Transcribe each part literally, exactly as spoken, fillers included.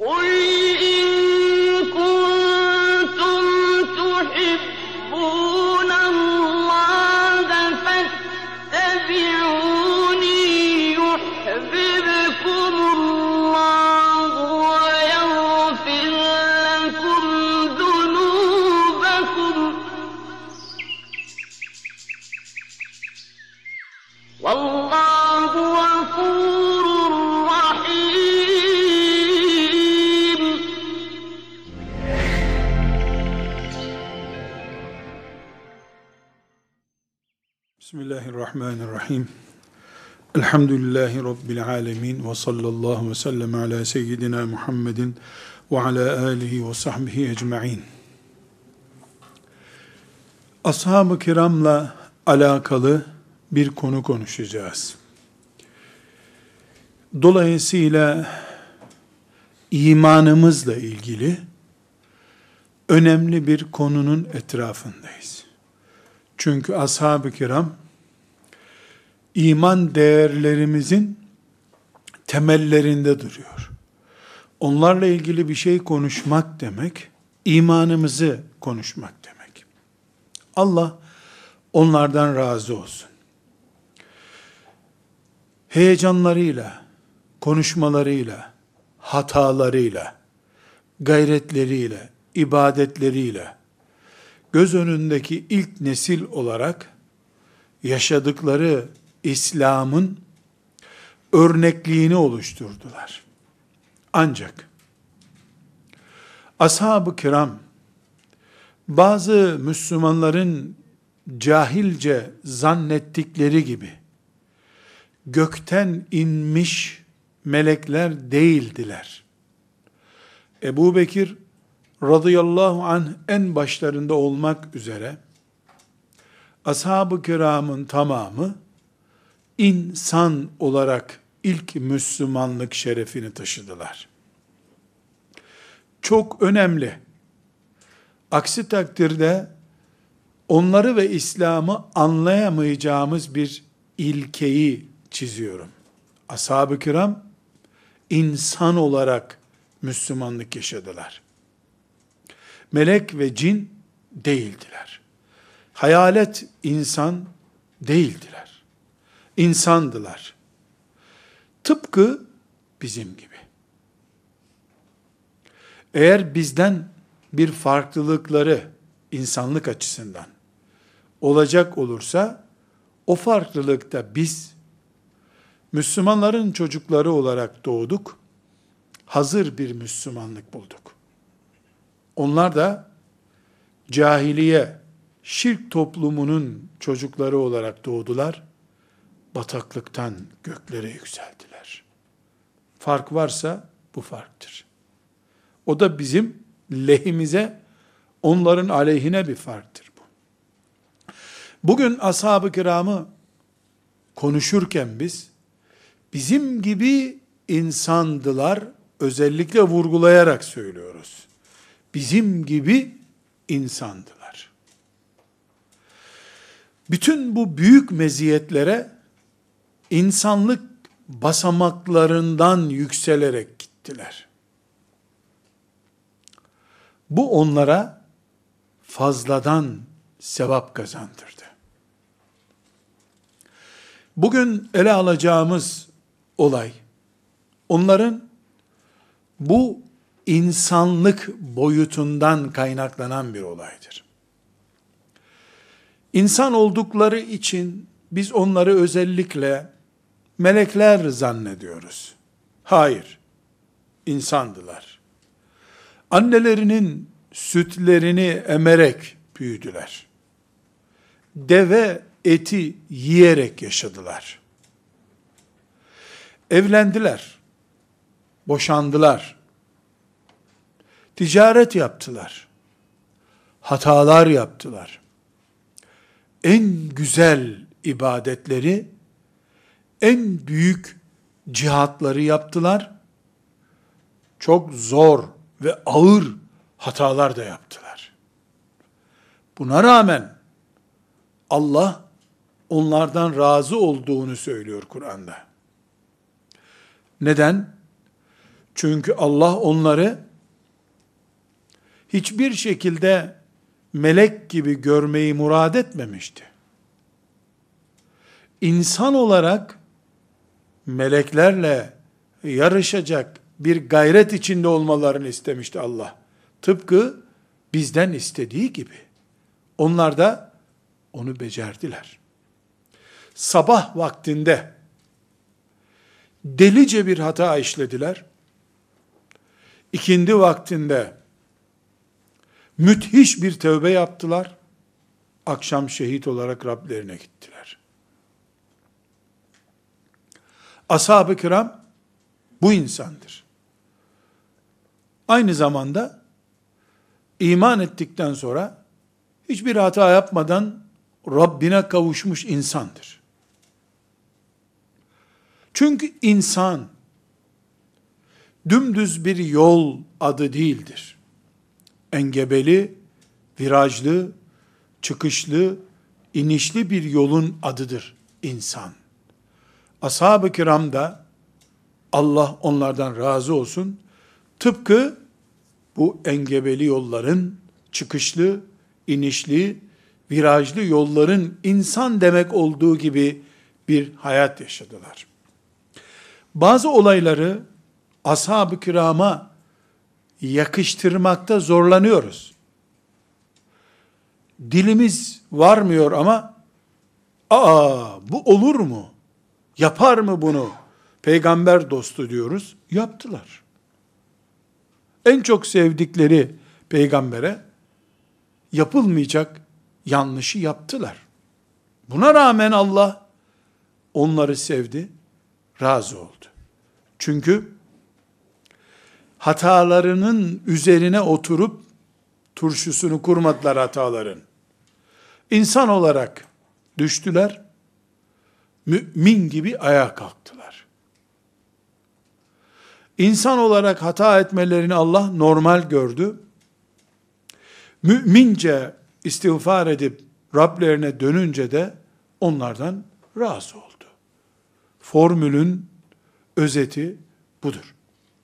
قُلْ إِن كُنتُمْ تُحِبُّونَ اللَّهَ فَاتَّبِعُونِي يُحْبِبْكُمُ اللَّهُ وَيَغْفِرْ لَكُمْ ذُنُوبَكُمْ وَاللَّهُ غَفُورٌ رَّحِيمٌ. Bismillahirrahmanirrahim. Elhamdülillahi Rabbil alemin ve sallallahu ve sellem ala seyyidina Muhammedin ve ala alihi ve sahbihi ecma'in. Ashab-ı kiramla alakalı bir konu konuşacağız. Dolayısıyla imanımızla ilgili önemli bir konunun etrafındayız. Çünkü ashab-ı kiram iman değerlerimizin temellerinde duruyor. Onlarla ilgili bir şey konuşmak demek, imanımızı konuşmak demek. Allah onlardan razı olsun. Heyecanlarıyla, konuşmalarıyla, hatalarıyla, gayretleriyle, ibadetleriyle, göz önündeki ilk nesil olarak yaşadıkları İslam'ın örnekliğini oluşturdular. Ancak ashab-ı kiram bazı Müslümanların cahilce zannettikleri gibi gökten inmiş melekler değildiler. Ebu Bekir radıyallahu anh en başlarında olmak üzere ashab-ı kiramın tamamı insan olarak ilk Müslümanlık şerefini taşıdılar. Çok önemli. Aksi takdirde onları ve İslam'ı anlayamayacağımız bir ilkeyi çiziyorum. Ashab-ı kiram insan olarak Müslümanlık yaşadılar. Melek ve cin değildiler. Hayalet insan değildiler. İnsandılar. Tıpkı bizim gibi. Eğer bizden bir farklılıkları insanlık açısından olacak olursa, o farklılıkta biz Müslümanların çocukları olarak doğduk, hazır bir Müslümanlık bulduk. Onlar da cahiliye, şirk toplumunun çocukları olarak doğdular, bataklıktan göklere yükseldiler. Fark varsa bu farktır. O da bizim lehimize, onların aleyhine bir farktır bu. Bugün ashab-ı kiramı konuşurken biz, bizim gibi insandılar, özellikle vurgulayarak söylüyoruz. Bizim gibi insandılar. Bütün bu büyük meziyetlere insanlık basamaklarından yükselerek gittiler. Bu onlara fazladan sevap kazandırdı. Bugün ele alacağımız olay, onların bu insanlık boyutundan kaynaklanan bir olaydır. İnsan oldukları için biz onları özellikle melekler zannediyoruz. Hayır, insandılar. Annelerinin sütlerini emerek büyüdüler. Deve eti yiyerek yaşadılar. Evlendiler, boşandılar, ticaret yaptılar, hatalar yaptılar. En güzel ibadetleri, en büyük cihatları yaptılar. Çok zor ve ağır hatalar da yaptılar. Buna rağmen Allah onlardan razı olduğunu söylüyor Kur'an'da. Neden? Çünkü Allah onları hiçbir şekilde melek gibi görmeyi murad etmemişti. İnsan olarak meleklerle yarışacak bir gayret içinde olmalarını istemişti Allah. Tıpkı bizden istediği gibi. Onlar da onu becerdiler. Sabah vaktinde delice bir hata işlediler. İkindi vaktinde müthiş bir tövbe yaptılar. Akşam şehit olarak Rablerine gittiler. Ashab-ı kiram bu insandır. Aynı zamanda iman ettikten sonra hiçbir hata yapmadan Rabbine kavuşmuş insandır. Çünkü insan dümdüz bir yol adı değildir. Engebeli, virajlı, çıkışlı, inişli bir yolun adıdır insan. Ashab-ı kiram da Allah onlardan razı olsun, tıpkı bu engebeli yolların, çıkışlı, inişli, virajlı yolların insan demek olduğu gibi bir hayat yaşadılar. Bazı olayları ashab-ı kirama yakıştırmakta zorlanıyoruz. Dilimiz varmıyor ama aa bu olur mu? Yapar mı bunu? Peygamber dostu diyoruz. Yaptılar. En çok sevdikleri peygambere yapılmayacak yanlışı yaptılar. Buna rağmen Allah onları sevdi, razı oldu. Çünkü hatalarının üzerine oturup turşusunu kurmadılar hataların. İnsan olarak düştüler, mümin gibi ayağa kalktılar. İnsan olarak hata etmelerini Allah normal gördü. Mümince istiğfar edip Rablerine dönünce de onlardan razı oldu. Formülün özeti budur.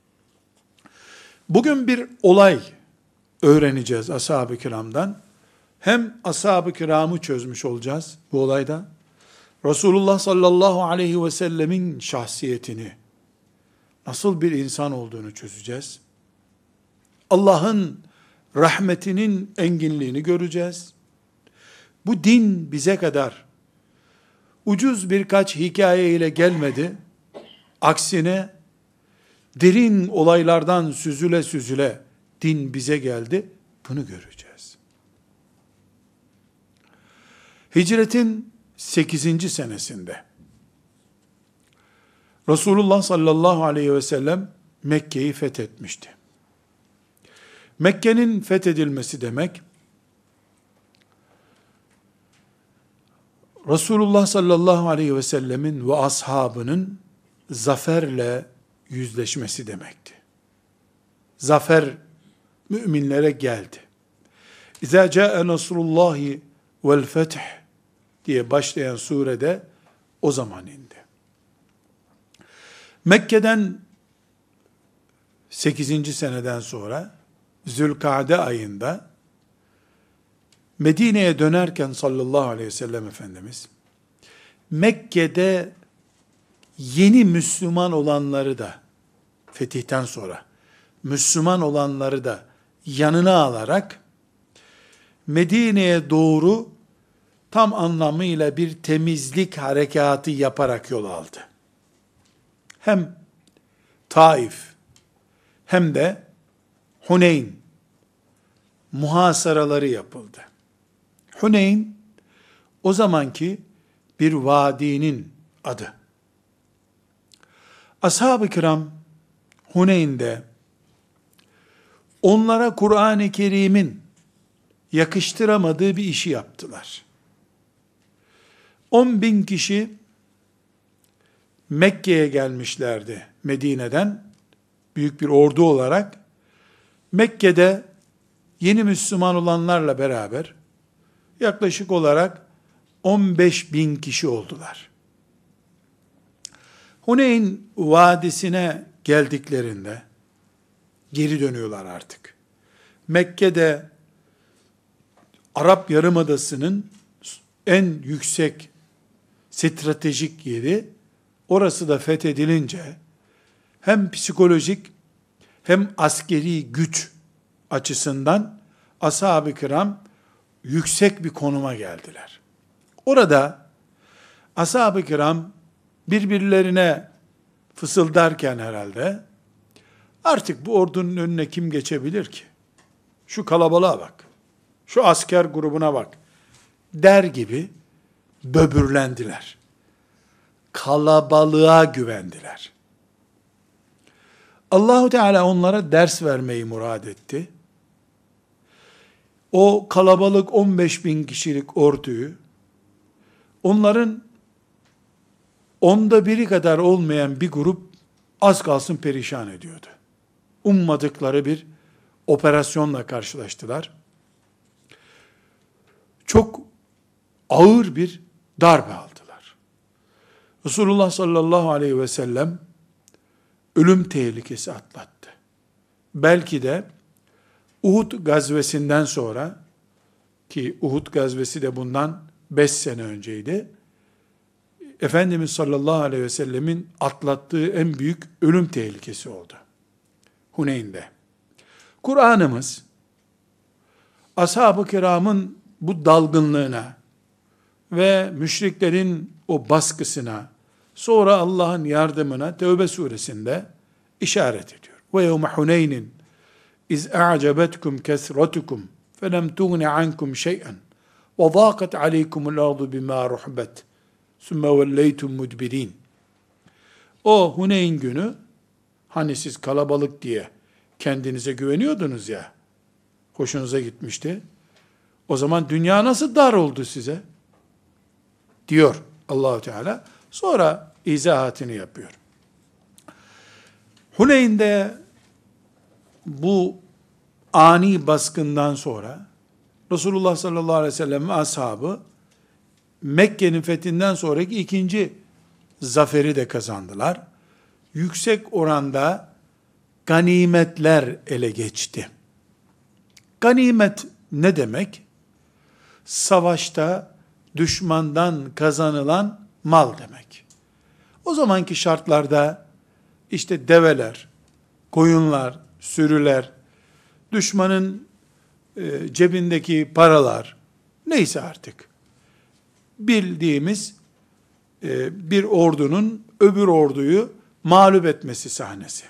Bugün bir olay öğreneceğiz ashab-ı kiramdan. Hem ashab-ı kiramı çözmüş olacağız bu olayda. Resulullah sallallahu aleyhi ve sellemin şahsiyetini, nasıl bir insan olduğunu çözeceğiz. Allah'ın rahmetinin enginliğini göreceğiz. Bu din bize kadar ucuz birkaç hikaye ile gelmedi. Aksine derin olaylardan süzüle süzüle din bize geldi. Bunu göreceğiz. Hicretin sekizinci senesinde Resulullah sallallahu aleyhi ve sellem Mekke'yi fethetmişti. Mekke'nin fethedilmesi demek, Resulullah sallallahu aleyhi ve sellemin ve ashabının zaferle yüzleşmesi demekti. Zafer müminlere geldi. İzâ câe nasrullâhi vel feth diye başlayan surede o zaman indi. Mekke'den sekizinci seneden sonra Zülkade ayında Medine'ye dönerken sallallahu aleyhi ve sellem Efendimiz Mekke'de yeni Müslüman olanları da fetihten sonra Müslüman olanları da yanına alarak Medine'ye doğru tam anlamıyla bir temizlik harekatı yaparak yol aldı. Hem Taif hem de Huneyn muhasaraları yapıldı. Huneyn o zamanki bir vadinin adı. Ashab-ı kiram Huneyn'de onlara Kur'an-ı Kerim'in yakıştıramadığı bir işi yaptılar. On bin kişi Mekke'ye gelmişlerdi Medine'den, büyük bir ordu olarak. Mekke'de yeni Müslüman olanlarla beraber yaklaşık olarak on beş bin kişi oldular. Huneyn Vadisi'ne geldiklerinde geri dönüyorlar artık. Mekke'de Arap Yarımadası'nın en yüksek stratejik yeri, orası da fethedilince hem psikolojik hem askeri güç açısından ashab-ı kiram yüksek bir konuma geldiler. Orada ashab-ı kiram birbirlerine fısıldarken herhalde, artık bu ordunun önüne kim geçebilir ki? Şu kalabalığa bak, şu asker grubuna bak der gibi böbürlendiler. Kalabalığa güvendiler. Allahu Teala onlara ders vermeyi murad etti. O kalabalık on beş bin kişilik orduyu, onların onda biri kadar olmayan bir grup az kalsın perişan ediyordu. Ummadıkları bir operasyonla karşılaştılar. Çok ağır bir darbe aldılar. Resulullah sallallahu aleyhi ve sellem ölüm tehlikesi atlattı. Belki de Uhud gazvesinden sonra, ki Uhud gazvesi de bundan beş sene önceydi, Efendimiz sallallahu aleyhi ve sellemin atlattığı en büyük ölüm tehlikesi oldu. Huneyn'de. Kur'an'ımız, ashab-ı kiramın bu dalgınlığına ve müşriklerin o baskısına, sonra Allah'ın yardımına Tevbe suresinde işaret ediyor. Ve yevme Huneynin iz a'cebetkum kesretukum felem tuğni ankum şey'en ve zâkat aleykumul ardu bimâ ruhbet sümme velleytum mudbirin. O Huneyn günü, hani siz kalabalık diye kendinize güveniyordunuz ya, hoşunuza gitmişti. O zaman dünya nasıl dar oldu size? Diyor Allah-u Teala. Sonra izahatını yapıyor. Huneyn'de bu ani baskından sonra Resulullah sallallahu aleyhi ve sellem ve ashabı Mekke'nin fethinden sonraki ikinci zaferi de kazandılar. Yüksek oranda ganimetler ele geçti. Ganimet ne demek? Savaşta düşmandan kazanılan mal demek. O zamanki şartlarda işte develer, koyunlar, sürüler, düşmanın e, cebindeki paralar, neyse artık, bildiğimiz e, bir ordunun öbür orduyu mağlup etmesi sahnesi.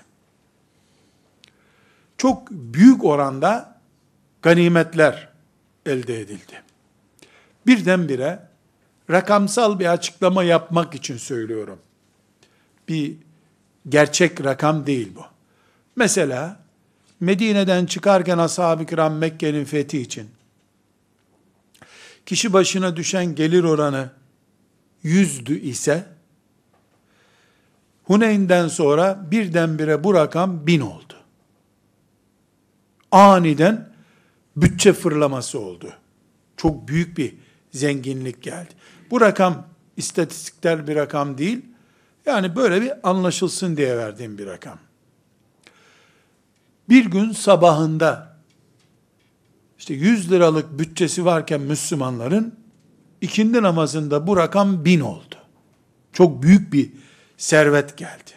Çok büyük oranda ganimetler elde edildi. Birdenbire rakamsal bir açıklama yapmak için söylüyorum. Bir gerçek rakam değil bu. Mesela Medine'den çıkarken ashab-ı kiram Mekke'nin fethi için kişi başına düşen gelir oranı yüzdü ise, Huneyn'den sonra birdenbire bu rakam bin oldu. Aniden bütçe fırlaması oldu. Çok büyük bir zenginlik geldi. Bu rakam istatistiksel bir rakam değil, yani böyle bir anlaşılsın diye verdiğim bir rakam. Bir gün sabahında işte yüz liralık bütçesi varken Müslümanların ikindi namazında bu rakam bin oldu. Çok büyük bir servet geldi.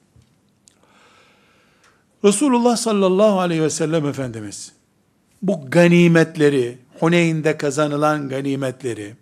Resulullah sallallahu aleyhi ve sellem Efendimiz bu ganimetleri, Huneyn'de kazanılan ganimetleri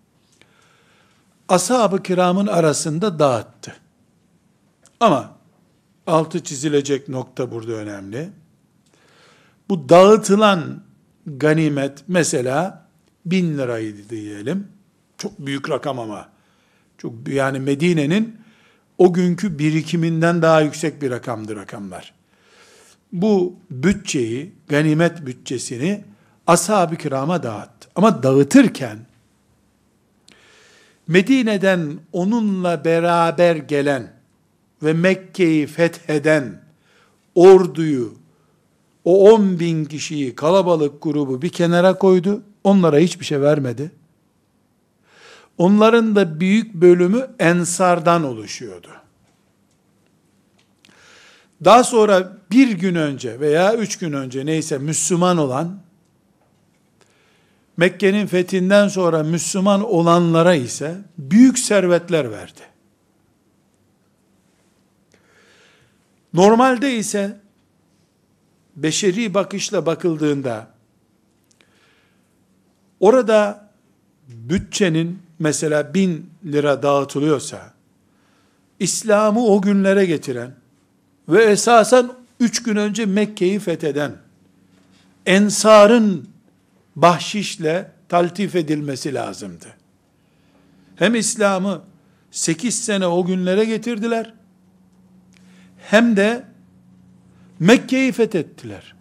ashab-ı kiramın arasında dağıttı. Ama altı çizilecek nokta burada önemli. Bu dağıtılan ganimet mesela bin liraydı diyelim. Çok büyük rakam ama. Çok, yani Medine'nin o günkü birikiminden daha yüksek bir rakamdı rakamlar. Bu bütçeyi, ganimet bütçesini ashab-ı kirama dağıttı. Ama dağıtırken Medine'den onunla beraber gelen ve Mekke'yi fetheden orduyu, o on bin kişiyi, kalabalık grubu bir kenara koydu. Onlara hiçbir şey vermedi. Onların da büyük bölümü ensardan oluşuyordu. Daha sonra bir gün önce veya üç gün önce neyse Müslüman olan, Mekke'nin fethinden sonra Müslüman olanlara ise büyük servetler verdi. Normalde ise beşeri bakışla bakıldığında orada bütçenin mesela bin lira dağıtılıyorsa, İslam'ı o günlere getiren ve esasen üç gün önce Mekke'yi fetheden Ensar'ın bahşişle taltif edilmesi lazımdı. Hem İslam'ı sekiz sene o günlere getirdiler, hem de Mekke'yi fethettiler.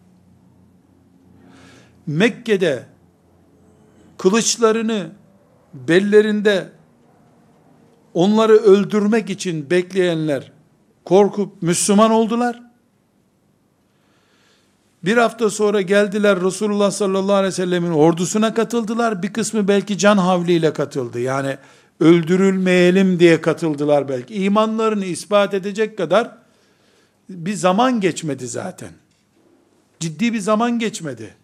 Mekke'de kılıçlarını bellerinde onları öldürmek için bekleyenler korkup Müslüman oldular. Bir hafta sonra geldiler Resulullah sallallahu aleyhi ve sellemin ordusuna katıldılar. Bir kısmı belki can havliyle katıldı. Yani öldürülmeyelim diye katıldılar belki. İmanlarını ispat edecek kadar bir zaman geçmedi zaten. Ciddi bir zaman geçmedi.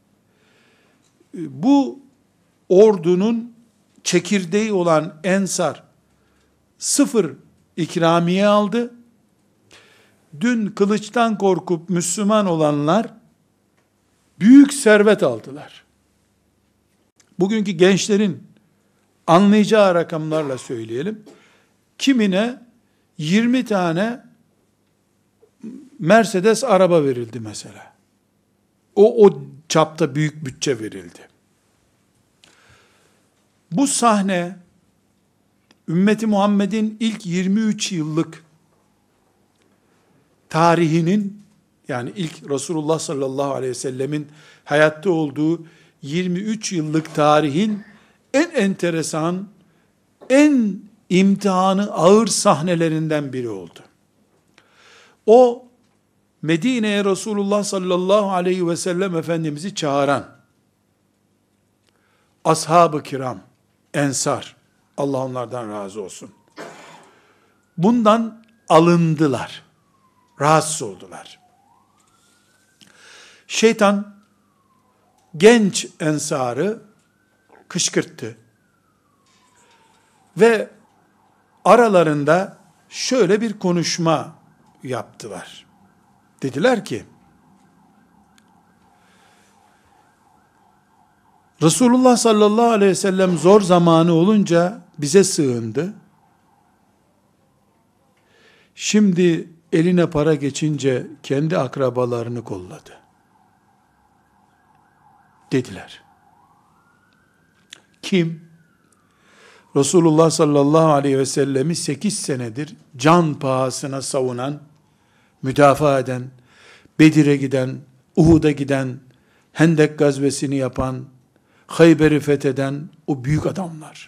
Bu ordunun çekirdeği olan Ensar sıfır ikramiye aldı. Dün kılıçtan korkup Müslüman olanlar büyük servet aldılar. Bugünkü gençlerin anlayacağı rakamlarla söyleyelim. Kimine yirmi tane Mercedes araba verildi mesela. O, o çapta büyük bütçe verildi. Bu sahne, ümmeti Muhammed'in ilk yirmi üç yıllık tarihinin, yani ilk Resulullah sallallahu aleyhi ve sellemin hayatta olduğu yirmi üç yıllık tarihin en enteresan, en imtihanı ağır sahnelerinden biri oldu. O, Medine'ye Resulullah sallallahu aleyhi ve sellem Efendimiz'i çağıran ashab-ı kiram, Ensar, Allah onlardan razı olsun, bundan alındılar, rahatsız oldular. Şeytan genç Ensar'ı kışkırttı ve aralarında şöyle bir konuşma yaptılar. Dediler ki, Resulullah sallallahu aleyhi ve sellem zor zamanı olunca bize sığındı. Şimdi eline para geçince kendi akrabalarını kolladı. Dediler. Kim? Resulullah sallallahu aleyhi ve sellemi sekiz senedir can pahasına savunan, müdafaa eden, Bedir'e giden, Uhud'a giden, Hendek gazvesini yapan, Hayber'i fetheden o büyük adamlar.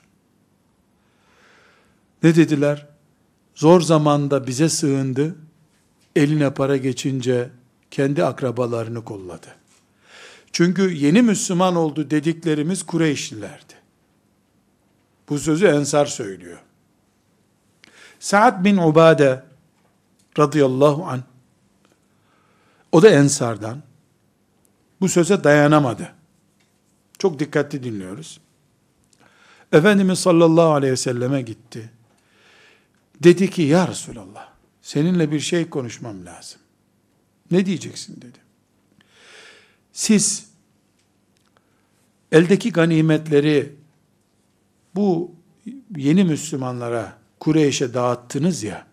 Ne dediler? Zor zamanda bize sığındı, eline para geçince kendi akrabalarını kolladı. Çünkü yeni Müslüman oldu dediklerimiz Kureyşlilerdi. Bu sözü Ensar söylüyor. Sa'd bin Ubade radıyallahu anh, o da Ensardan, bu söze dayanamadı. Çok dikkatli dinliyoruz. Efendimiz sallallahu aleyhi ve selleme gitti. Dedi ki, ya Resulallah, seninle bir şey konuşmam lazım. Ne diyeceksin dedi. Siz eldeki ganimetleri bu yeni Müslümanlara, Kureyş'e dağıttınız ya,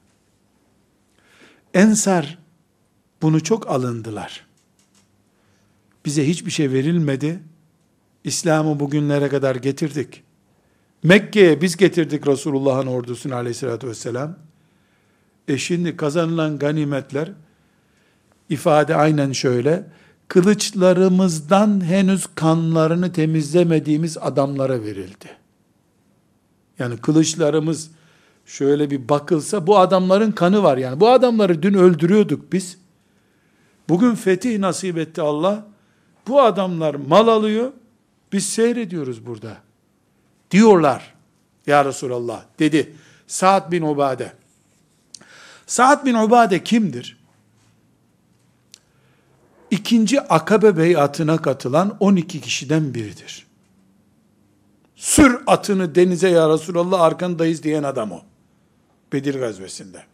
Ensar bunu çok alındılar. Bize hiçbir şey verilmedi. İslam'ı bugünlere kadar getirdik. Mekke'ye biz getirdik Resulullah'ın ordusunu aleyhissalatü vesselam. E şimdi kazanılan ganimetler, ifade aynen şöyle, kılıçlarımızdan henüz kanlarını temizlemediğimiz adamlara verildi. Yani kılıçlarımız şöyle bir bakılsa, bu adamların kanı var yani. Bu adamları dün öldürüyorduk biz. Bugün fetih nasip etti Allah. Bu adamlar mal alıyor, biz seyrediyoruz burada. Diyorlar, ya Resulallah, dedi Sa'd bin Ubade. Sa'd bin Ubade kimdir? ikinci Akabe beyatına katılan on iki kişiden biridir. Sür atını denize ya Resulallah, arkandayız diyen adam o. Bedir gazvesinde.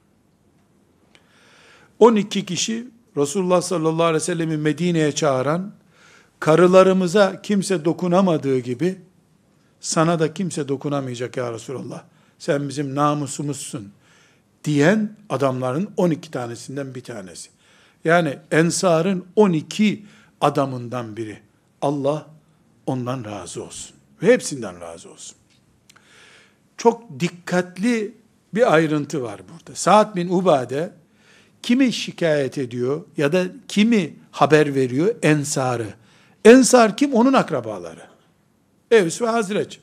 on iki kişi Resulullah sallallahu aleyhi ve sellem'i Medine'ye çağıran, karılarımıza kimse dokunamadığı gibi sana da kimse dokunamayacak ya Resulallah, sen bizim namusumuzsun diyen adamların on iki tanesinden bir tanesi. Yani Ensar'ın on iki adamından biri. Allah ondan razı olsun. Ve hepsinden razı olsun. Çok dikkatli bir ayrıntı var burada. Sa'd bin Ubade kimi şikayet ediyor ya da kimi haber veriyor? Ensar'ı. Ensar kim? Onun akrabaları. Evs ve Hazreç.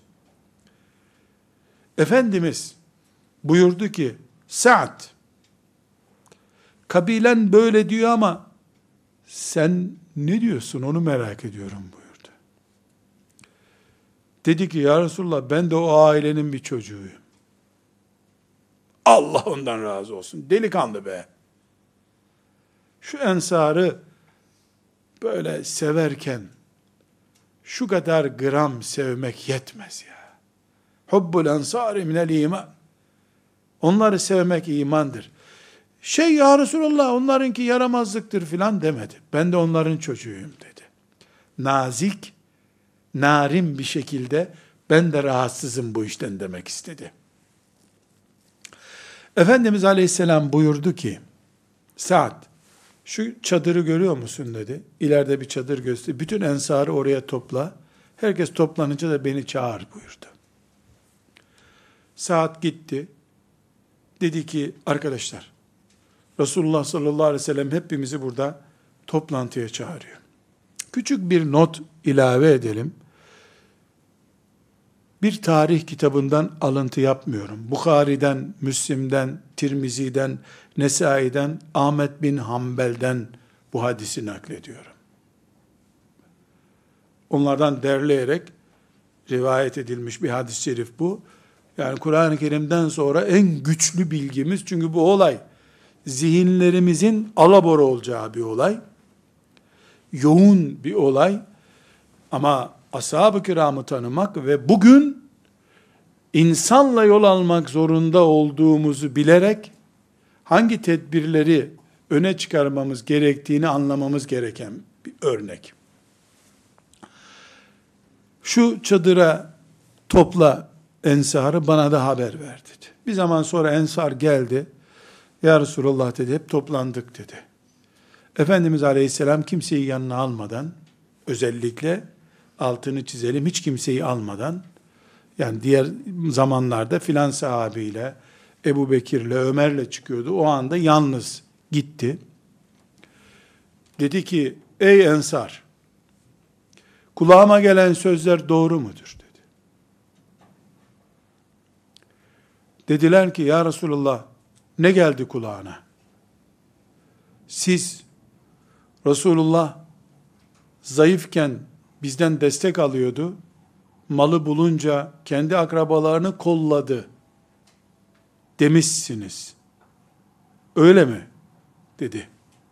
Efendimiz buyurdu ki, Sa'd, kabilen böyle diyor ama sen ne diyorsun onu merak ediyorum buyurdu. Dedi ki, ya Resulullah ben de o ailenin bir çocuğuyum. Allah ondan razı olsun. Delikanlı be. Şu Ensar'ı böyle severken şu kadar gram sevmek yetmez ya. Hubbul ensari minel iman. Onları sevmek imandır. Şey ya Resulallah onlarınki yaramazlıktır filan demedi. Ben de onların çocuğuyum dedi. Nazik, narin bir şekilde ben de rahatsızım bu işten demek istedi. Efendimiz Aleyhisselam buyurdu ki, Sa'd, şu çadırı görüyor musun dedi. İleride bir çadır gösterdi. Bütün ensarı oraya topla. Herkes toplanınca da beni çağır buyurdu. Sa'd gitti. Dedi ki, arkadaşlar, Resulullah sallallahu aleyhi ve sellem hepimizi burada toplantıya çağırıyor. Küçük bir not ilave edelim. Bir tarih kitabından alıntı yapmıyorum. Bukhari'den, Müslim'den, Tirmizi'den, Nesai'den, Ahmet bin Hanbel'den bu hadisi naklediyorum. Onlardan derleyerek rivayet edilmiş bir hadis-i şerif bu. Yani Kur'an-ı Kerim'den sonra en güçlü bilgimiz, çünkü bu olay zihinlerimizin alabora olacağı bir olay. Yoğun bir olay. Ama ashab-ı kiramı tanımak ve bugün insanla yol almak zorunda olduğumuzu bilerek hangi tedbirleri öne çıkarmamız gerektiğini anlamamız gereken bir örnek. Şu çadıra topla Ensar'ı, bana da haber ver dedi. Bir zaman sonra Ensar geldi. Ya Resulallah dedi, hep toplandık dedi. Efendimiz Aleyhisselam kimseyi yanına almadan, özellikle altını çizelim, hiç kimseyi almadan, yani diğer zamanlarda filan sahabiyle, Ebu Bekir'le, Ömer'le çıkıyordu. O anda yalnız gitti. Dedi ki, ey Ensar, kulağıma gelen sözler doğru mudur dedi. Dediler ki, ya Resulallah, ne geldi kulağına? Siz, Resulullah zayıfken bizden destek alıyordu, malı bulunca kendi akrabalarını kolladı demişsiniz. Öyle mi? Dedi.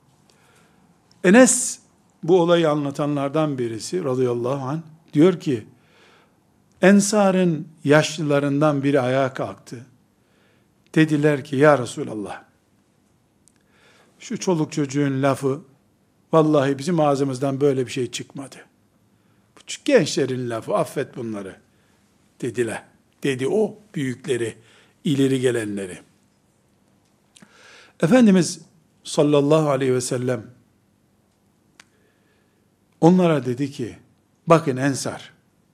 Enes, bu olayı anlatanlardan birisi radıyallahu anh, diyor ki, Ensar'ın yaşlılarından biri ayağa kalktı. Dediler ki, ya Resulallah, şu çoluk çocuğun lafı, vallahi bizim ağzımızdan böyle bir şey çıkmadı. Bu gençlerin lafı, affet bunları dediler. Dedi o büyükleri, ileri gelenleri. Efendimiz sallallahu aleyhi ve sellem onlara dedi ki, bakın Ensar,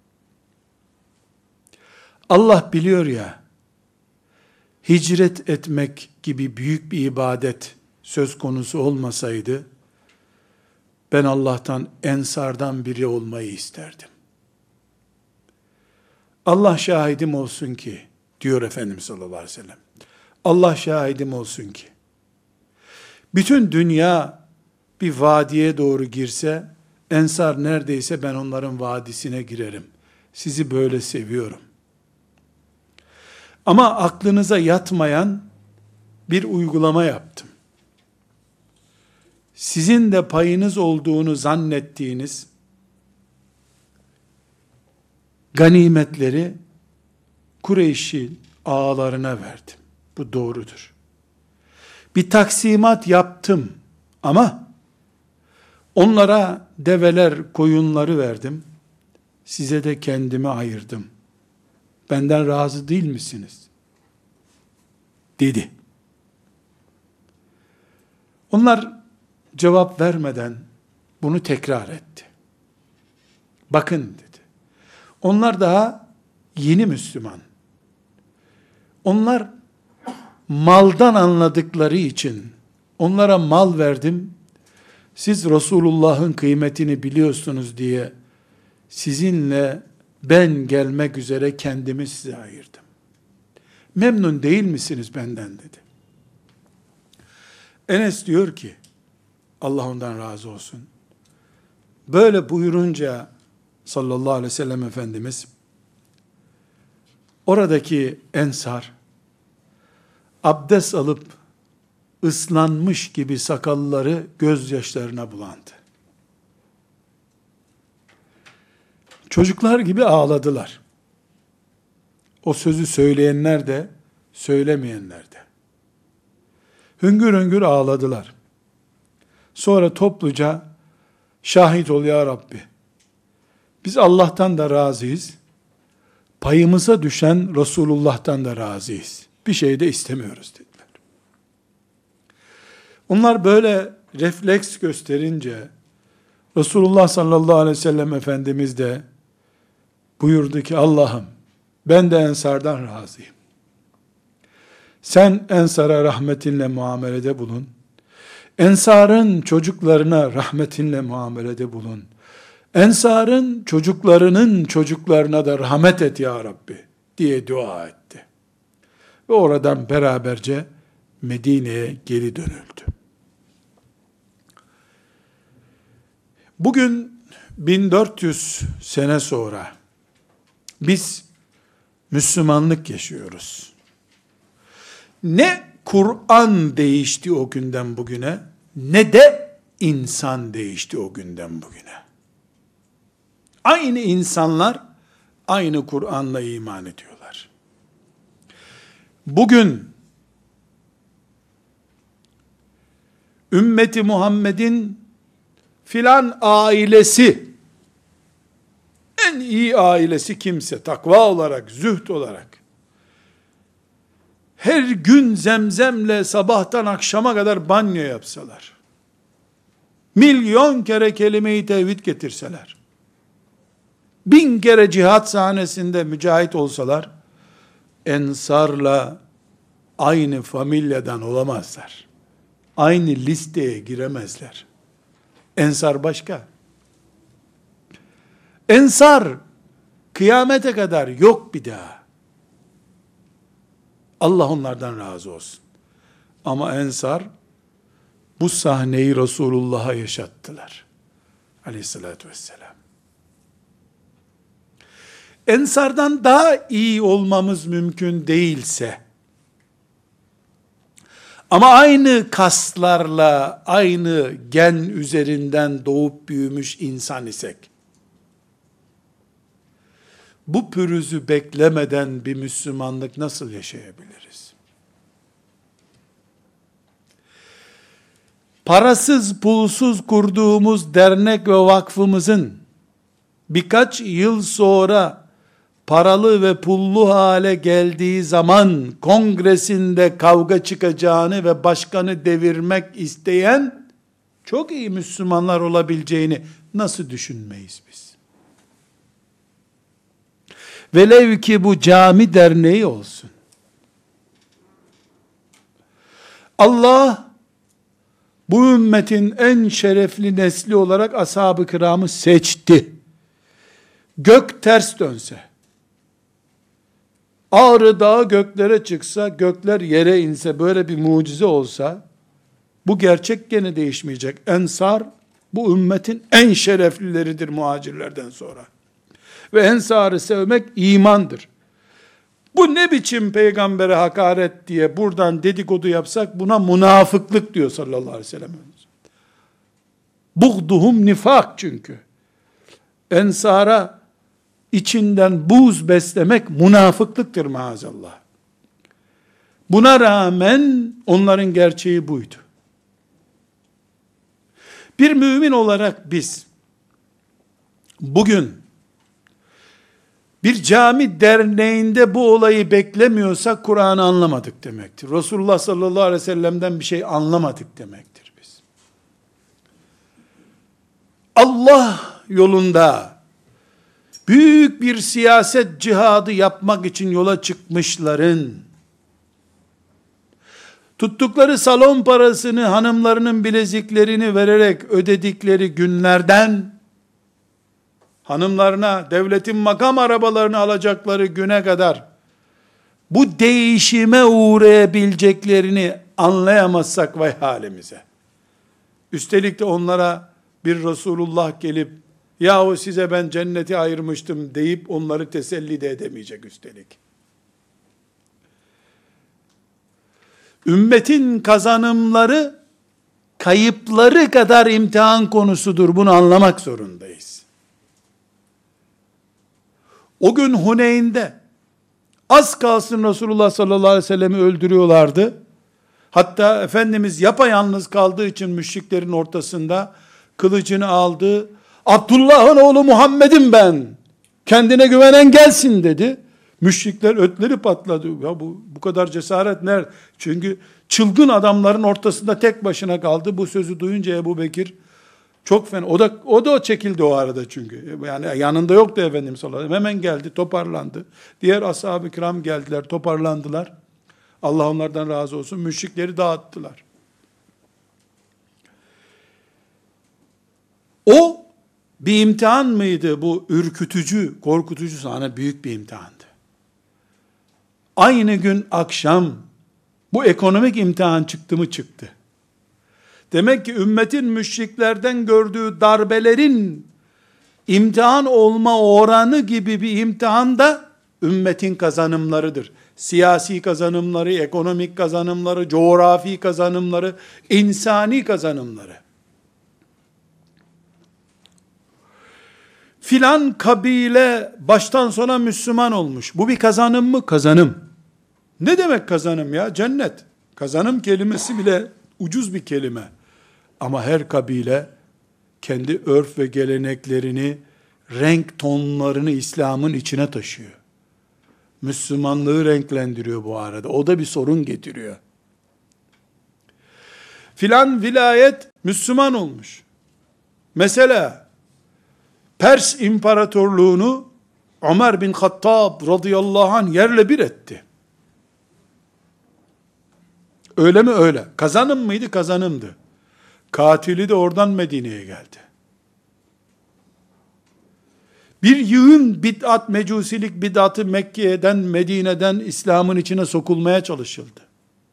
Allah biliyor ya, hicret etmek gibi büyük bir ibadet söz konusu olmasaydı, ben Allah'tan Ensardan biri olmayı isterdim. Allah şahidim olsun ki, diyor Efendimiz sallallahu aleyhi ve sellem, Allah şahidim olsun ki, bütün dünya bir vadiye doğru girse, Ensar neredeyse ben onların vadisine girerim. Sizi böyle seviyorum. Ama aklınıza yatmayan bir uygulama yaptım. sizin de payınız olduğunu zannettiğiniz ganimetleri Kureyş'in ağalarına verdim. Bu doğrudur. Bir taksimat yaptım ama onlara develer, koyunları verdim. Size de kendimi ayırdım. Benden razı değil misiniz? Dedi. Onlar cevap vermeden bunu tekrar etti. Bakın dedi. Onlar daha yeni Müslüman. Onlar maldan anladıkları için onlara mal verdim. Siz Resulullah'ın kıymetini biliyorsunuz diye sizinle ben gelmek üzere kendimi size ayırdım. Memnun değil misiniz benden dedi. Enes diyor ki, Allah ondan razı olsun. Böyle buyurunca sallallahu aleyhi ve sellem Efendimiz, oradaki ensar, abdest alıp ıslanmış gibi sakalları gözyaşlarına bulandı. Çocuklar gibi ağladılar. O sözü söyleyenler de, söylemeyenler de. Hüngür hüngür ağladılar. Sonra topluca, şahit ol ya Rabbi, biz Allah'tan da razıyız, payımıza düşen Resulullah'tan da razıyız. Bir şey de istemiyoruz dediler. Onlar böyle refleks gösterince, Resulullah sallallahu aleyhi ve sellem Efendimiz de buyurdu ki, Allah'ım ben de ensardan razıyım. Sen ensara rahmetinle muamelede bulun. Ensarın çocuklarına rahmetinle muamelede bulun. Ensarın çocuklarının çocuklarına da rahmet et ya Rabbi diye dua etti. Ve oradan beraberce Medine'ye geri dönüldü. Bugün bin dört yüz sene sonra biz Müslümanlık yaşıyoruz. Ne Kur'an değişti o günden bugüne, ne de insan değişti o günden bugüne. Aynı insanlar, aynı Kur'an'la iman ediyorlar. Bugün, ümmeti Muhammed'in filan ailesi, en iyi ailesi kimse, takva olarak, zühd olarak, her gün zemzemle sabahtan akşama kadar banyo yapsalar, milyon kere kelime-i tevhid getirseler, bin kere cihat sahnesinde mücahit olsalar, ensarla aynı familyadan olamazlar. Aynı listeye giremezler. Ensar başka. Ensar kıyamete kadar yok bir daha. Allah onlardan razı olsun. Ama ensar bu sahneyi Resulullah'a yaşattılar. Aleyhissalatü vesselam. Ensardan daha iyi olmamız mümkün değilse, ama aynı kaslarla, aynı gen üzerinden doğup büyümüş insan isek, bu pürüzü beklemeden bir Müslümanlık nasıl yaşayabiliriz? Parasız, pulsuz kurduğumuz dernek ve vakfımızın birkaç yıl sonra paralı ve pullu hale geldiği zaman kongresinde kavga çıkacağını ve başkanı devirmek isteyen çok iyi Müslümanlar olabileceğini nasıl düşünmeyiz biz? Velev ki bu cami derneği olsun. Allah bu ümmetin en şerefli nesli olarak ashab-ı kiramı seçti. Gök ters dönse, Ağrı Dağı göklere çıksa, gökler yere inse, böyle bir mucize olsa, bu gerçek gene değişmeyecek. Ensar, bu ümmetin en şereflileridir muhacirlerden sonra. Ve ensarı sevmek imandır. Bu ne biçim peygambere hakaret diye buradan dedikodu yapsak, buna münafıklık diyor sallallahu aleyhi ve sellem. Buğduhum nifak çünkü. Ensara içinden buğz beslemek münafıklıktır maazallah. Buna rağmen onların gerçeği buydu. Bir mümin olarak biz bugün bir cami derneğinde bu olayı beklemiyorsak Kur'an'ı anlamadık demektir. Resulullah sallallahu aleyhi ve sellem'den bir şey anlamadık demektir biz. Allah yolunda büyük bir siyaset cihadı yapmak için yola çıkmışların tuttukları salon parasını hanımlarının bileziklerini vererek ödedikleri günlerden hanımlarına devletin makam arabalarını alacakları güne kadar bu değişime uğrayabileceklerini anlayamazsak vay halimize. Üstelik de onlara bir Resulullah gelip yahu size ben cenneti ayırmıştım deyip onları teselli de edemeyecek üstelik. Ümmetin kazanımları kayıpları kadar imtihan konusudur. Bunu anlamak zorundayız. O gün Huneyn'de az kalsın Resulullah sallallahu aleyhi ve sellem'i öldürüyorlardı. Hatta Efendimiz yapayalnız kaldığı için müşriklerin ortasında kılıcını aldı. Abdullah'ın oğlu Muhammed'im ben. Kendine güvenen gelsin dedi. Müşrikler ötleri patladı. Ya bu bu kadar cesaret nerede? Çünkü çılgın adamların ortasında tek başına kaldı. Bu sözü duyunca Ebu Bekir çok fena. O da o da çekildi o arada çünkü. Yani yanında yoktu Efendimiz sallallahu aleyhi ve sellem. Hemen geldi, toparlandı. Diğer ashab-ı kiram geldiler, toparlandılar. Allah onlardan razı olsun. Müşrikleri dağıttılar. O bir imtihan mıydı bu ürkütücü, korkutucu sahne? Büyük bir imtihandı. Aynı gün akşam bu ekonomik imtihan çıktı mı çıktı. Demek ki ümmetin müşriklerden gördüğü darbelerin imtihan olma oranı gibi bir imtihan da ümmetin kazanımlarıdır. Siyasi kazanımları, ekonomik kazanımları, coğrafi kazanımları, insani kazanımları. Filan kabile baştan sona Müslüman olmuş. Bu bir kazanım mı? Kazanım. Ne demek kazanım ya? Cennet. Kazanım kelimesi bile ucuz bir kelime. Ama her kabile kendi örf ve geleneklerini, renk tonlarını İslam'ın içine taşıyor. Müslümanlığı renklendiriyor bu arada. O da bir sorun getiriyor. Filan vilayet Müslüman olmuş. Mesela Pers İmparatorluğunu Ömer bin Hattab radıyallahu anh yerle bir etti. Öyle mi? Öyle. Kazanım mıydı? Kazanımdı. Katili de oradan Medine'ye geldi. Bir yığın bid'at, mecusilik bid'atı Mekke'den, Medine'den İslam'ın içine sokulmaya çalışıldı.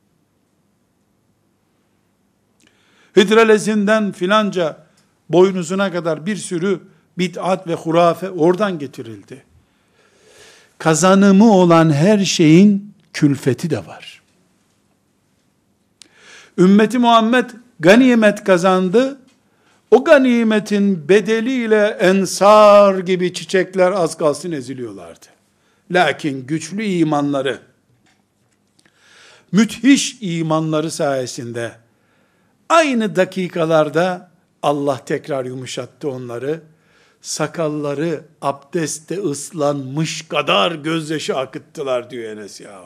Hıdrellez'inden filanca boynuzuna kadar bir sürü bid'at ve hurafe oradan getirildi. Kazanımı olan her şeyin külfeti de var. Ümmeti Muhammed ganimet kazandı. O ganimetin bedeliyle ensar gibi çiçekler az kalsın eziliyorlardı. Lakin güçlü imanları, müthiş imanları sayesinde aynı dakikalarda Allah tekrar yumuşattı onları. Sakalları abdestte ıslanmış kadar gözyaşı akıttılar diyor Enes ya.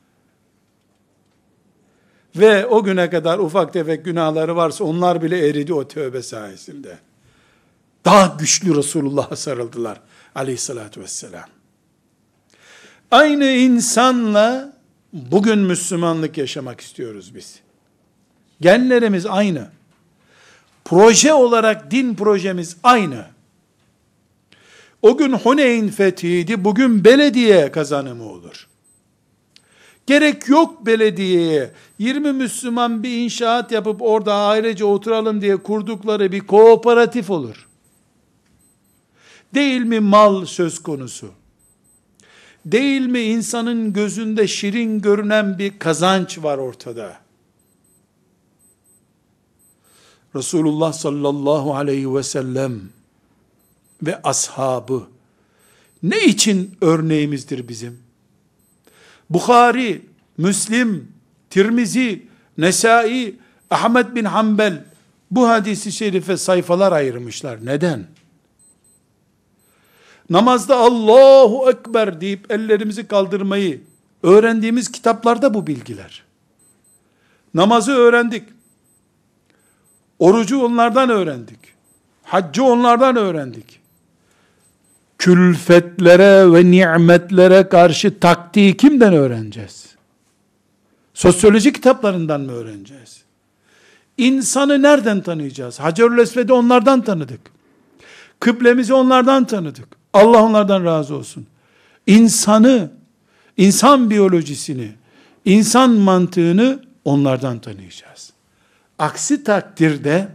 Ve o güne kadar ufak tefek günahları varsa onlar bile eridi o tövbe sayesinde. Daha güçlü Resulullah'a sarıldılar aleyhissalatü vesselam. Aynı insanla bugün Müslümanlık yaşamak istiyoruz biz. Genlerimiz aynı. Proje olarak din projemiz aynı. O gün Huneyn fethiydi, bugün belediye kazanımı olur. Gerek yok belediyeye, yirmi Müslüman bir inşaat yapıp orada ailece oturalım diye kurdukları bir kooperatif olur. Değil mi mal söz konusu? Değil mi insanın gözünde şirin görünen bir kazanç var ortada? Resulullah sallallahu aleyhi ve sellem ve ashabı ne için örneğimizdir bizim? Bukhari, Müslim, Tirmizi, Nesai, Ahmed bin Hanbel bu hadisi şerife sayfalar ayırmışlar. Neden? Namazda Allahu Ekber deyip ellerimizi kaldırmayı öğrendiğimiz kitaplarda bu bilgiler. Namazı öğrendik. Orucu onlardan öğrendik. Haccı onlardan öğrendik. Külfetlere ve nimetlere karşı taktiği kimden öğreneceğiz? Sosyoloji kitaplarından mı öğreneceğiz? İnsanı nereden tanıyacağız? Hacerül Esved'i onlardan tanıdık. Kıblemizi onlardan tanıdık. Allah onlardan razı olsun. İnsanı, insan biyolojisini, insan mantığını onlardan tanıyacağız. Aksi takdirde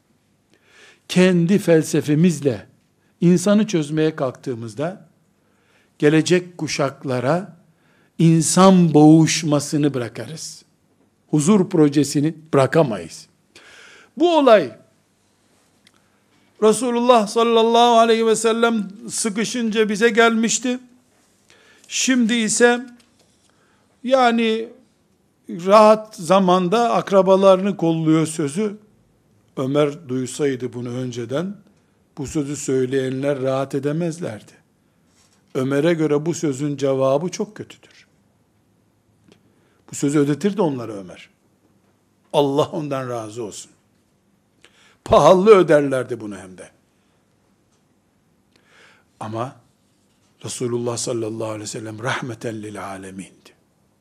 kendi felsefemizle insanı çözmeye kalktığımızda gelecek kuşaklara insan boğuşmasını bırakarız. Huzur projesini bırakamayız. Bu olay Resulullah sallallahu aleyhi ve sellem sıkışınca bize gelmişti. Şimdi ise yani rahat zamanda akrabalarını kolluyor sözü. Ömer duysaydı bunu önceden, bu sözü söyleyenler rahat edemezlerdi. Ömer'e göre bu sözün cevabı çok kötüdür. Bu sözü ödetirdi onlara Ömer. Allah ondan razı olsun. Pahalı öderlerdi bunu hem de. Ama Resulullah sallallahu aleyhi ve sellem rahmeten lil alemindi.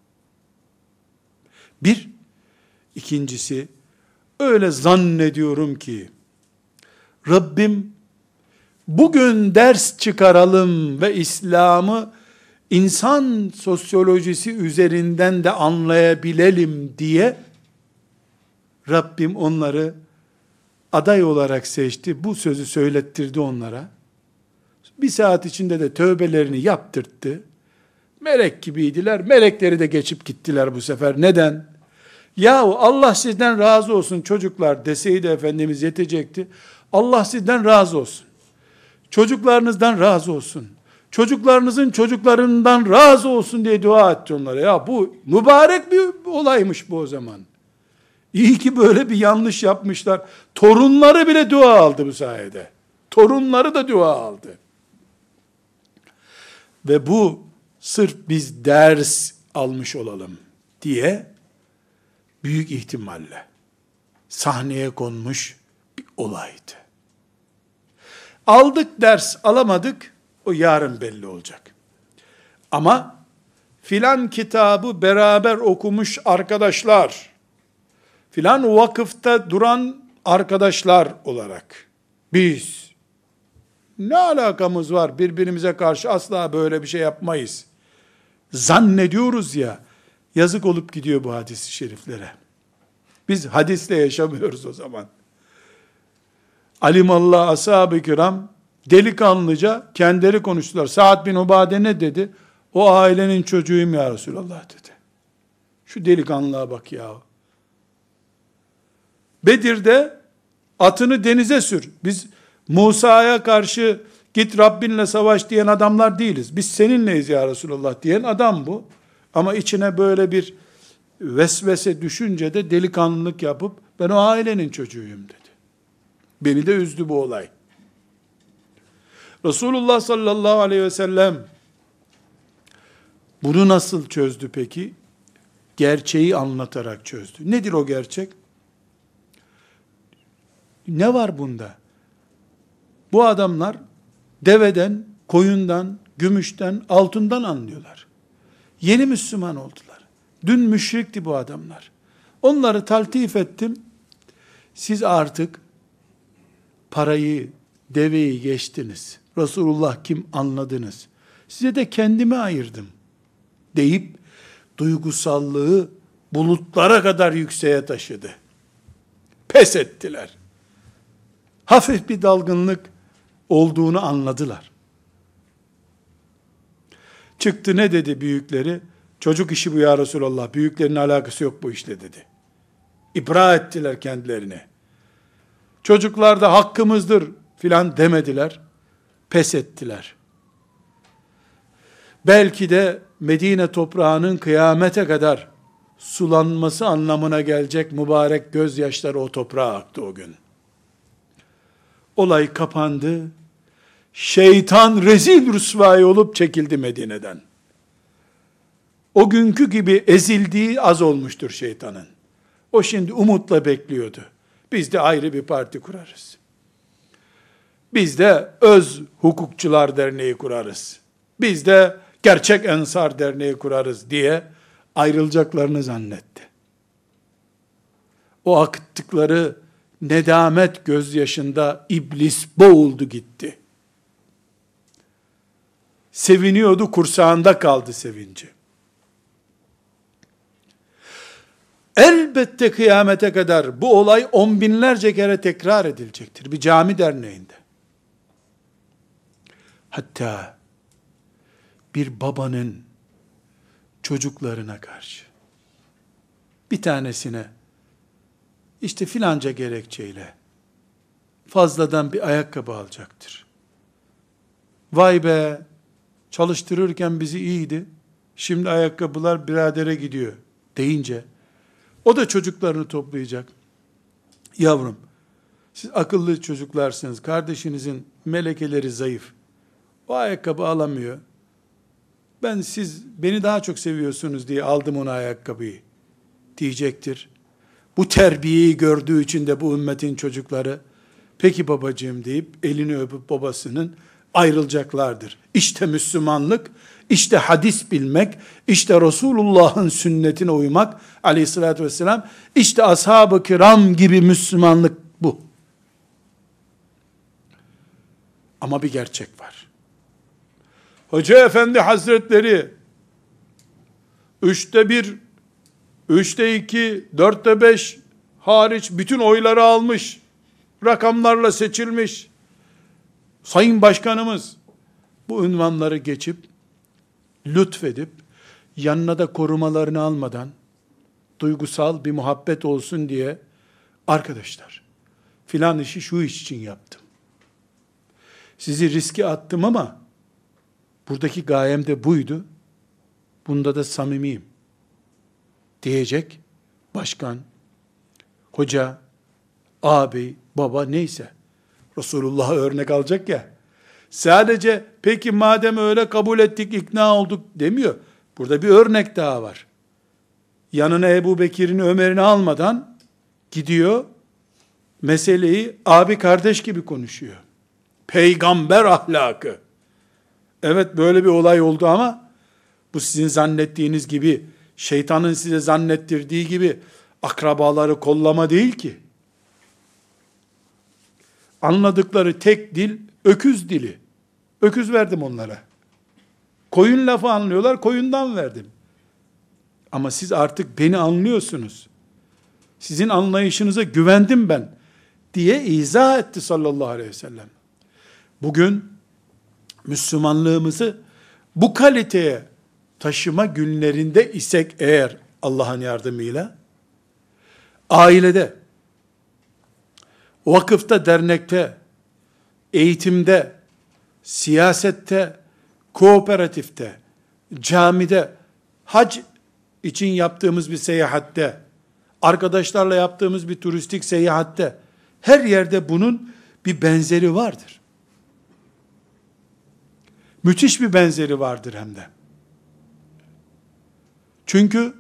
Bir, ikincisi, öyle zannediyorum ki, Rabbim bugün ders çıkaralım ve İslam'ı insan sosyolojisi üzerinden de anlayabilelim diye, Rabbim onları aday olarak seçti. Bu sözü söylettirdi onlara. Bir saat içinde de tövbelerini yaptırttı. Melek gibiydiler. Melekleri de geçip gittiler bu sefer. Neden? Yahu Allah sizden razı olsun çocuklar deseydi Efendimiz yetecekti. Allah sizden razı olsun. Çocuklarınızdan razı olsun. Çocuklarınızın çocuklarından razı olsun diye dua etti onlara. Ya bu mübarek bir olaymış bu o zaman. İyi ki böyle bir yanlış yapmışlar. Torunları bile dua aldı bu sayede. Torunları da dua aldı. Ve bu sırf biz ders almış olalım diye büyük ihtimalle sahneye konmuş bir olaydı. Aldık ders, alamadık, o yarın belli olacak. Ama filan kitabı beraber okumuş arkadaşlar, filan vakıfta duran arkadaşlar olarak biz ne alakamız var, birbirimize karşı asla böyle bir şey yapmayız zannediyoruz ya, yazık olup gidiyor bu hadis-i şeriflere. Biz hadisle yaşamıyoruz o zaman. Alimallah ashab-ı kiram delikanlıca kendileri konuştular. Sa'd bin Ubade ne dedi? O ailenin çocuğuyum ya Resulallah dedi. Şu delikanlığa bak ya. Bedir'de atını denize sür. Biz Musa'ya karşı git Rabbinle savaş diyen adamlar değiliz. Biz seninleyiz ya Resulallah diyen adam bu. Ama içine böyle bir vesvese düşünce de delikanlılık yapıp ben o ailenin çocuğuyum dedi. Beni de üzdü bu olay. Resulullah sallallahu aleyhi ve sellem bunu nasıl çözdü peki? Gerçeği anlatarak çözdü. Nedir o gerçek? Ne var bunda? Bu adamlar deveden, koyundan, gümüşten, altından anlıyorlar. Yeni Müslüman oldular. Dün müşrikti bu adamlar. Onları taltif ettim. Siz artık parayı, deveyi geçtiniz. Resulullah kim anladınız. Size de kendimi ayırdım deyip duygusallığı bulutlara kadar yükseğe taşıdı. Pes ettiler. Hafif bir dalgınlık olduğunu anladılar. Çıktı ne dedi büyükleri? Çocuk işi bu ya Resulallah. Büyüklerin alakası yok bu işle dedi. İbra ettiler kendilerini. Çocuklar da hakkımızdır filan demediler. Pes ettiler. Belki de Medine toprağının kıyamete kadar sulanması anlamına gelecek mübarek gözyaşları o toprağa aktı o gün. Olay kapandı. Şeytan rezil rüsvai olup çekildi Medine'den. O günkü gibi ezildiği az olmuştur şeytanın. O şimdi umutla bekliyordu. Biz de ayrı bir parti kurarız. Biz de Öz Hukukçular Derneği kurarız. Biz de Gerçek Ensar Derneği kurarız diye ayrılacaklarını zannetti. O akıttıkları nedamet gözyaşında iblis boğuldu gitti. Seviniyordu, kursağında kaldı sevinci. Elbette kıyamete kadar bu olay on binlerce kere tekrar edilecektir. Bir cami derneğinde. Hatta bir babanın çocuklarına karşı bir tanesine işte filanca gerekçeyle fazladan bir ayakkabı alacaktır. Vay be, çalıştırırken bizi iyiydi, şimdi ayakkabılar biradere gidiyor deyince, o da çocuklarını toplayacak. Yavrum, siz akıllı çocuklarsınız, kardeşinizin melekeleri zayıf, o ayakkabı alamıyor, ben siz beni daha çok seviyorsunuz diye aldım ona ayakkabıyı diyecektir. Bu terbiyeyi gördüğü için de bu ümmetin çocukları, peki babacığım deyip elini öpüp babasının ayrılacaklardır. İşte Müslümanlık, işte hadis bilmek, işte Resulullah'ın sünnetine uymak aleyhissalatü vesselam, işte ashab-ı kiram gibi Müslümanlık bu. Ama bir gerçek var. Hoca efendi hazretleri, üçte bir, üçte iki, dörtte beş hariç bütün oyları almış, rakamlarla seçilmiş, sayın başkanımız, bu ünvanları geçip, lütfedip, yanına da korumalarını almadan, duygusal bir muhabbet olsun diye, arkadaşlar, filan işi şu iş için yaptım. Sizi riske attım ama, buradaki gayem de buydu, bunda da samimiyim, diyecek, başkan, hoca, ağabey, baba neyse, Resulullah'a örnek alacak ya, sadece peki madem öyle kabul ettik, ikna olduk demiyor. Burada bir örnek daha var. Yanına Ebu Bekir'ini, Ömer'ini almadan gidiyor, meseleyi abi kardeş gibi konuşuyor. Peygamber ahlakı. Evet, böyle bir olay oldu ama bu sizin zannettiğiniz gibi, şeytanın size zannettirdiği gibi akrabaları kollama değil ki. Anladıkları tek dil öküz dili. Öküz verdim onlara. Koyun lafı anlıyorlar, koyundan verdim. Ama siz artık beni anlıyorsunuz. Sizin anlayışınıza güvendim ben diye izah etti sallallahu aleyhi ve sellem. Bugün Müslümanlığımızı bu kaliteye taşıma günlerinde isek eğer Allah'ın yardımıyla, ailede, vakıfta, dernekte, eğitimde, siyasette, kooperatifte, camide, hac için yaptığımız bir seyahatte, arkadaşlarla yaptığımız bir turistik seyahatte, her yerde bunun bir benzeri vardır. Müthiş bir benzeri vardır hem de. Çünkü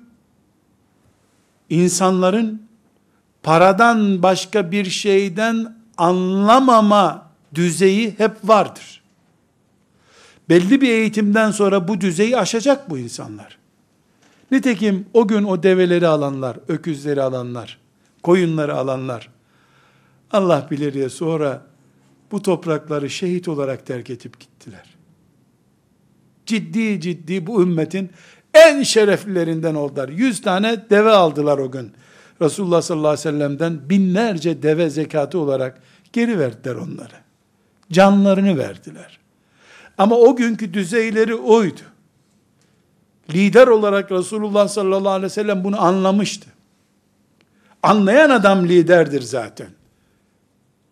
insanların paradan başka bir şeyden anlamama düzeyi hep vardır. Belli bir eğitimden sonra bu düzeyi aşacak bu insanlar. Nitekim o gün o develeri alanlar, öküzleri alanlar, koyunları alanlar, Allah bilir ya, sonra bu toprakları şehit olarak terk edip gittiler. Ciddi ciddi bu ümmetin en şereflilerinden oldular. Yüz tane deve aldılar o gün. Resulullah sallallahu aleyhi ve sellem'den binlerce deve zekatı olarak geri verdiler onları. Canlarını verdiler. Ama o günkü düzeyleri oydu. Lider olarak Resulullah sallallahu aleyhi ve sellem bunu anlamıştı. Anlayan adam liderdir zaten.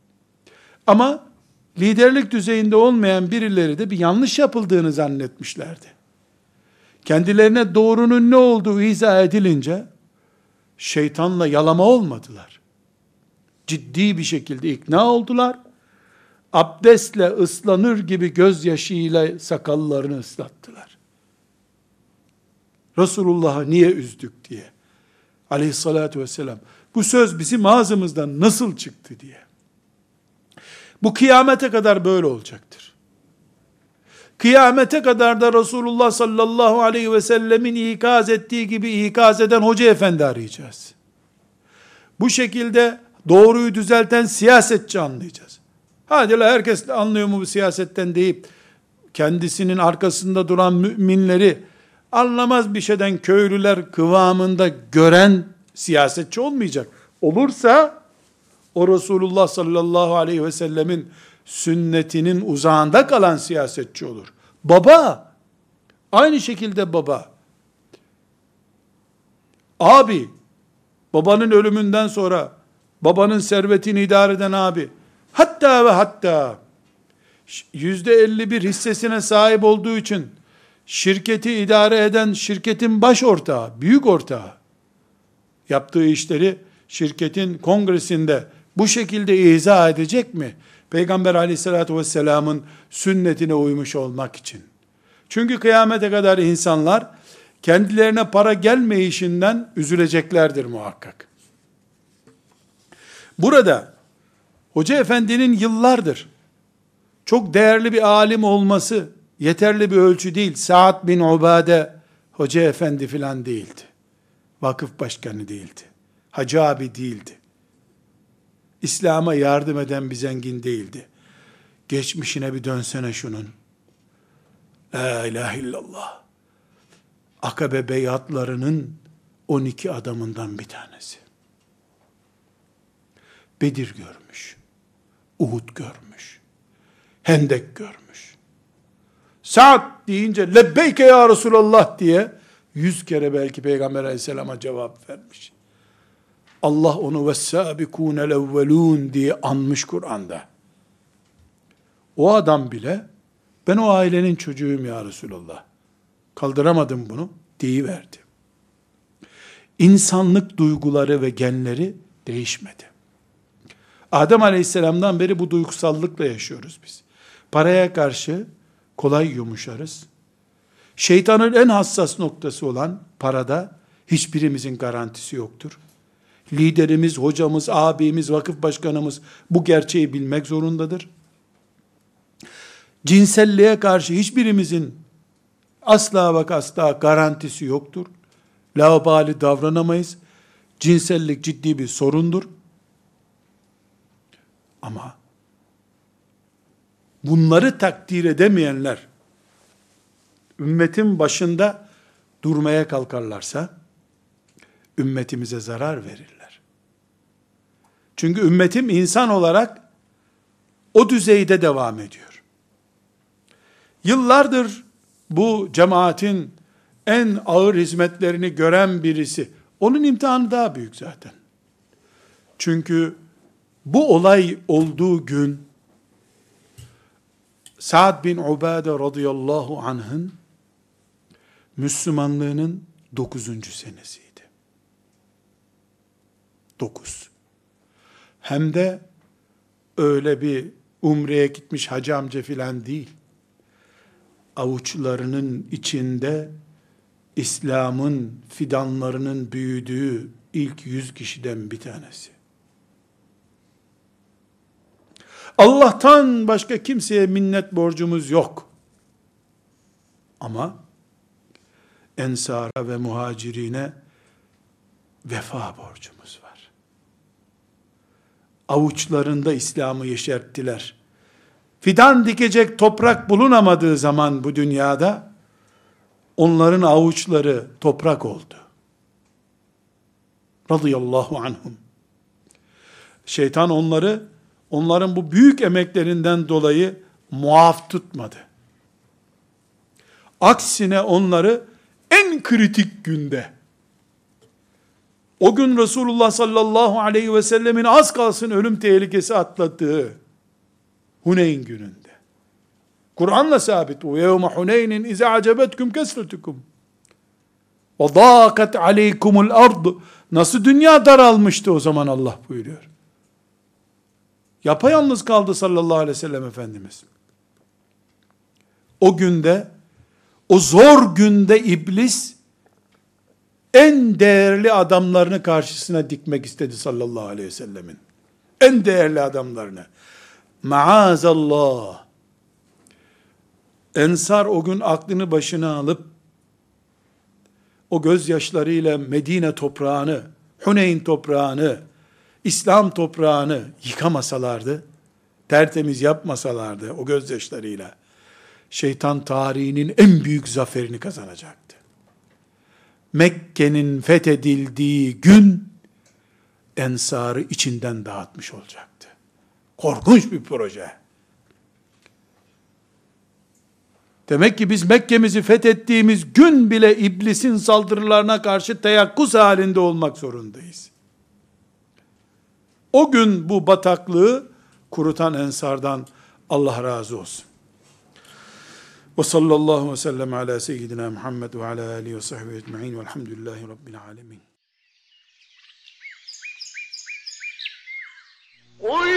Ama liderlik düzeyinde olmayan birileri de bir yanlış yapıldığını zannetmişlerdi. Kendilerine doğrunun ne olduğu izah edilince şeytanla yalama olmadılar. Ciddi bir şekilde ikna oldular. Abdestle ıslanır gibi gözyaşıyla sakallarını ıslattılar. Resulullah'ı niye üzdük diye. Aleyhissalatü vesselam. Bu söz bizim ağzımızdan nasıl çıktı diye. Bu kıyamete kadar böyle olacaktır. Kıyamete kadar da Resulullah sallallahu aleyhi ve sellemin ikaz ettiği gibi ikaz eden hoca efendi arayacağız. Bu şekilde doğruyu düzelten siyasetçi anlayacağız. Hadi la herkes anlıyor mu bu siyasetten deyip kendisinin arkasında duran müminleri anlamaz bir şeyden köylüler kıvamında gören siyasetçi olmayacak. Olursa o Resulullah sallallahu aleyhi ve sellemin sünnetinin uzağında kalan siyasetçi olur. Baba, aynı şekilde baba. Abi, babanın ölümünden sonra babanın servetini idare eden abi, hatta ve hatta yüzde elli bir hissesine sahip olduğu için şirketi idare eden şirketin baş ortağı, büyük ortağı, yaptığı işleri şirketin kongresinde bu şekilde izah edecek mi? Peygamber aleyhissalatü vesselamın sünnetine uymuş olmak için. Çünkü kıyamete kadar insanlar kendilerine para gelmeyişinden üzüleceklerdir muhakkak. Burada hoca efendinin yıllardır çok değerli bir alim olması yeterli bir ölçü değil. Sa'd bin Ubade hoca efendi filan değildi. Vakıf başkanı değildi. Hacı abi değildi. İslam'a yardım eden bir zengin değildi. Geçmişine bir dönsene şunun. La ilahe illallah. Akabe beyatlarının on iki adamından bir tanesi. Bedir görmüş. Uhud görmüş. Hendek görmüş. Sa'd deyince lebbeyke ya Resulallah diye yüz kere belki Peygamber aleyhisselama cevap vermiş. Allah onu vessâbikûnel evvelûn diye anmış Kur'an'da. O adam bile ben o ailenin çocuğuyum ya Resulallah. Kaldıramadım bunu deyiverdi. İnsanlık duyguları ve genleri değişmedi. Adem aleyhisselamdan beri bu duygusallıkla yaşıyoruz biz. Paraya karşı kolay yumuşarız. Şeytanın en hassas noktası olan parada hiçbirimizin garantisi yoktur. Liderimiz, hocamız, abimiz, vakıf başkanımız bu gerçeği bilmek zorundadır. Cinselliğe karşı hiçbirimizin asla bak asla garantisi yoktur. Laubali davranamayız. Cinsellik ciddi bir sorundur. Ama bunları takdir edemeyenler ümmetin başında durmaya kalkarlarsa ümmetimize zarar verirler. Çünkü ümmetim insan olarak o düzeyde devam ediyor. Yıllardır bu cemaatin en ağır hizmetlerini gören birisi, onun imtihanı daha büyük zaten. Çünkü bu olay olduğu gün Sa'd bin Ubade radıyallahu anh'ın Müslümanlığının dokuzuncu senesiydi. Dokuz. Hem de öyle bir umreye gitmiş hacı amca filan değil. Avuçlarının içinde İslam'ın fidanlarının büyüdüğü ilk yüz kişiden bir tanesi. Allah'tan başka kimseye minnet borcumuz yok. Ama Ensara ve Muhacirine vefa borcumuz var. Avuçlarında İslam'ı yeşerttiler. Fidan dikecek toprak bulunamadığı zaman bu dünyada onların avuçları toprak oldu. Radıyallahu anhum. Şeytan onları onların bu büyük emeklerinden dolayı muaf tutmadı. Aksine onları en kritik günde, o gün Resulullah sallallahu aleyhi ve sellemin az kalsın ölüm tehlikesi atlattığı, Huneyn gününde. Kur'an'la sabit. وَيَوْمَ حُنَيْنٍ اِذَا عَجَبَتْكُمْ كَسْرَتُكُمْ وَضَاقَتْ عَلَيْكُمُ الْأَرْضُ. Nasıl dünya daralmıştı o zaman Allah buyuruyor. Yapayalnız kaldı sallallahu aleyhi ve sellem Efendimiz. O günde, o zor günde iblis en değerli adamlarını karşısına dikmek istedi sallallahu aleyhi ve sellemin. En değerli adamlarını. Maazallah. Ensar o gün aklını başına alıp o gözyaşlarıyla Medine toprağını, Huneyn toprağını, İslam toprağını yıkamasalardı, tertemiz yapmasalardı o gözyaşlarıyla, şeytan tarihinin en büyük zaferini kazanacaktı. Mekke'nin fethedildiği gün, Ensar'ı içinden dağıtmış olacaktı. Korkunç bir proje. Demek ki biz Mekke'mizi fethettiğimiz gün bile iblisin saldırılarına karşı teyakkuz halinde olmak zorundayız. O gün bu bataklığı kurutan Ensar'dan Allah razı olsun. Ve sallallahu ve sellem ala seyyidina Muhammed ve ala alihi ve sahbihi ecma'in velhamdülillahi rabbil alemin. قل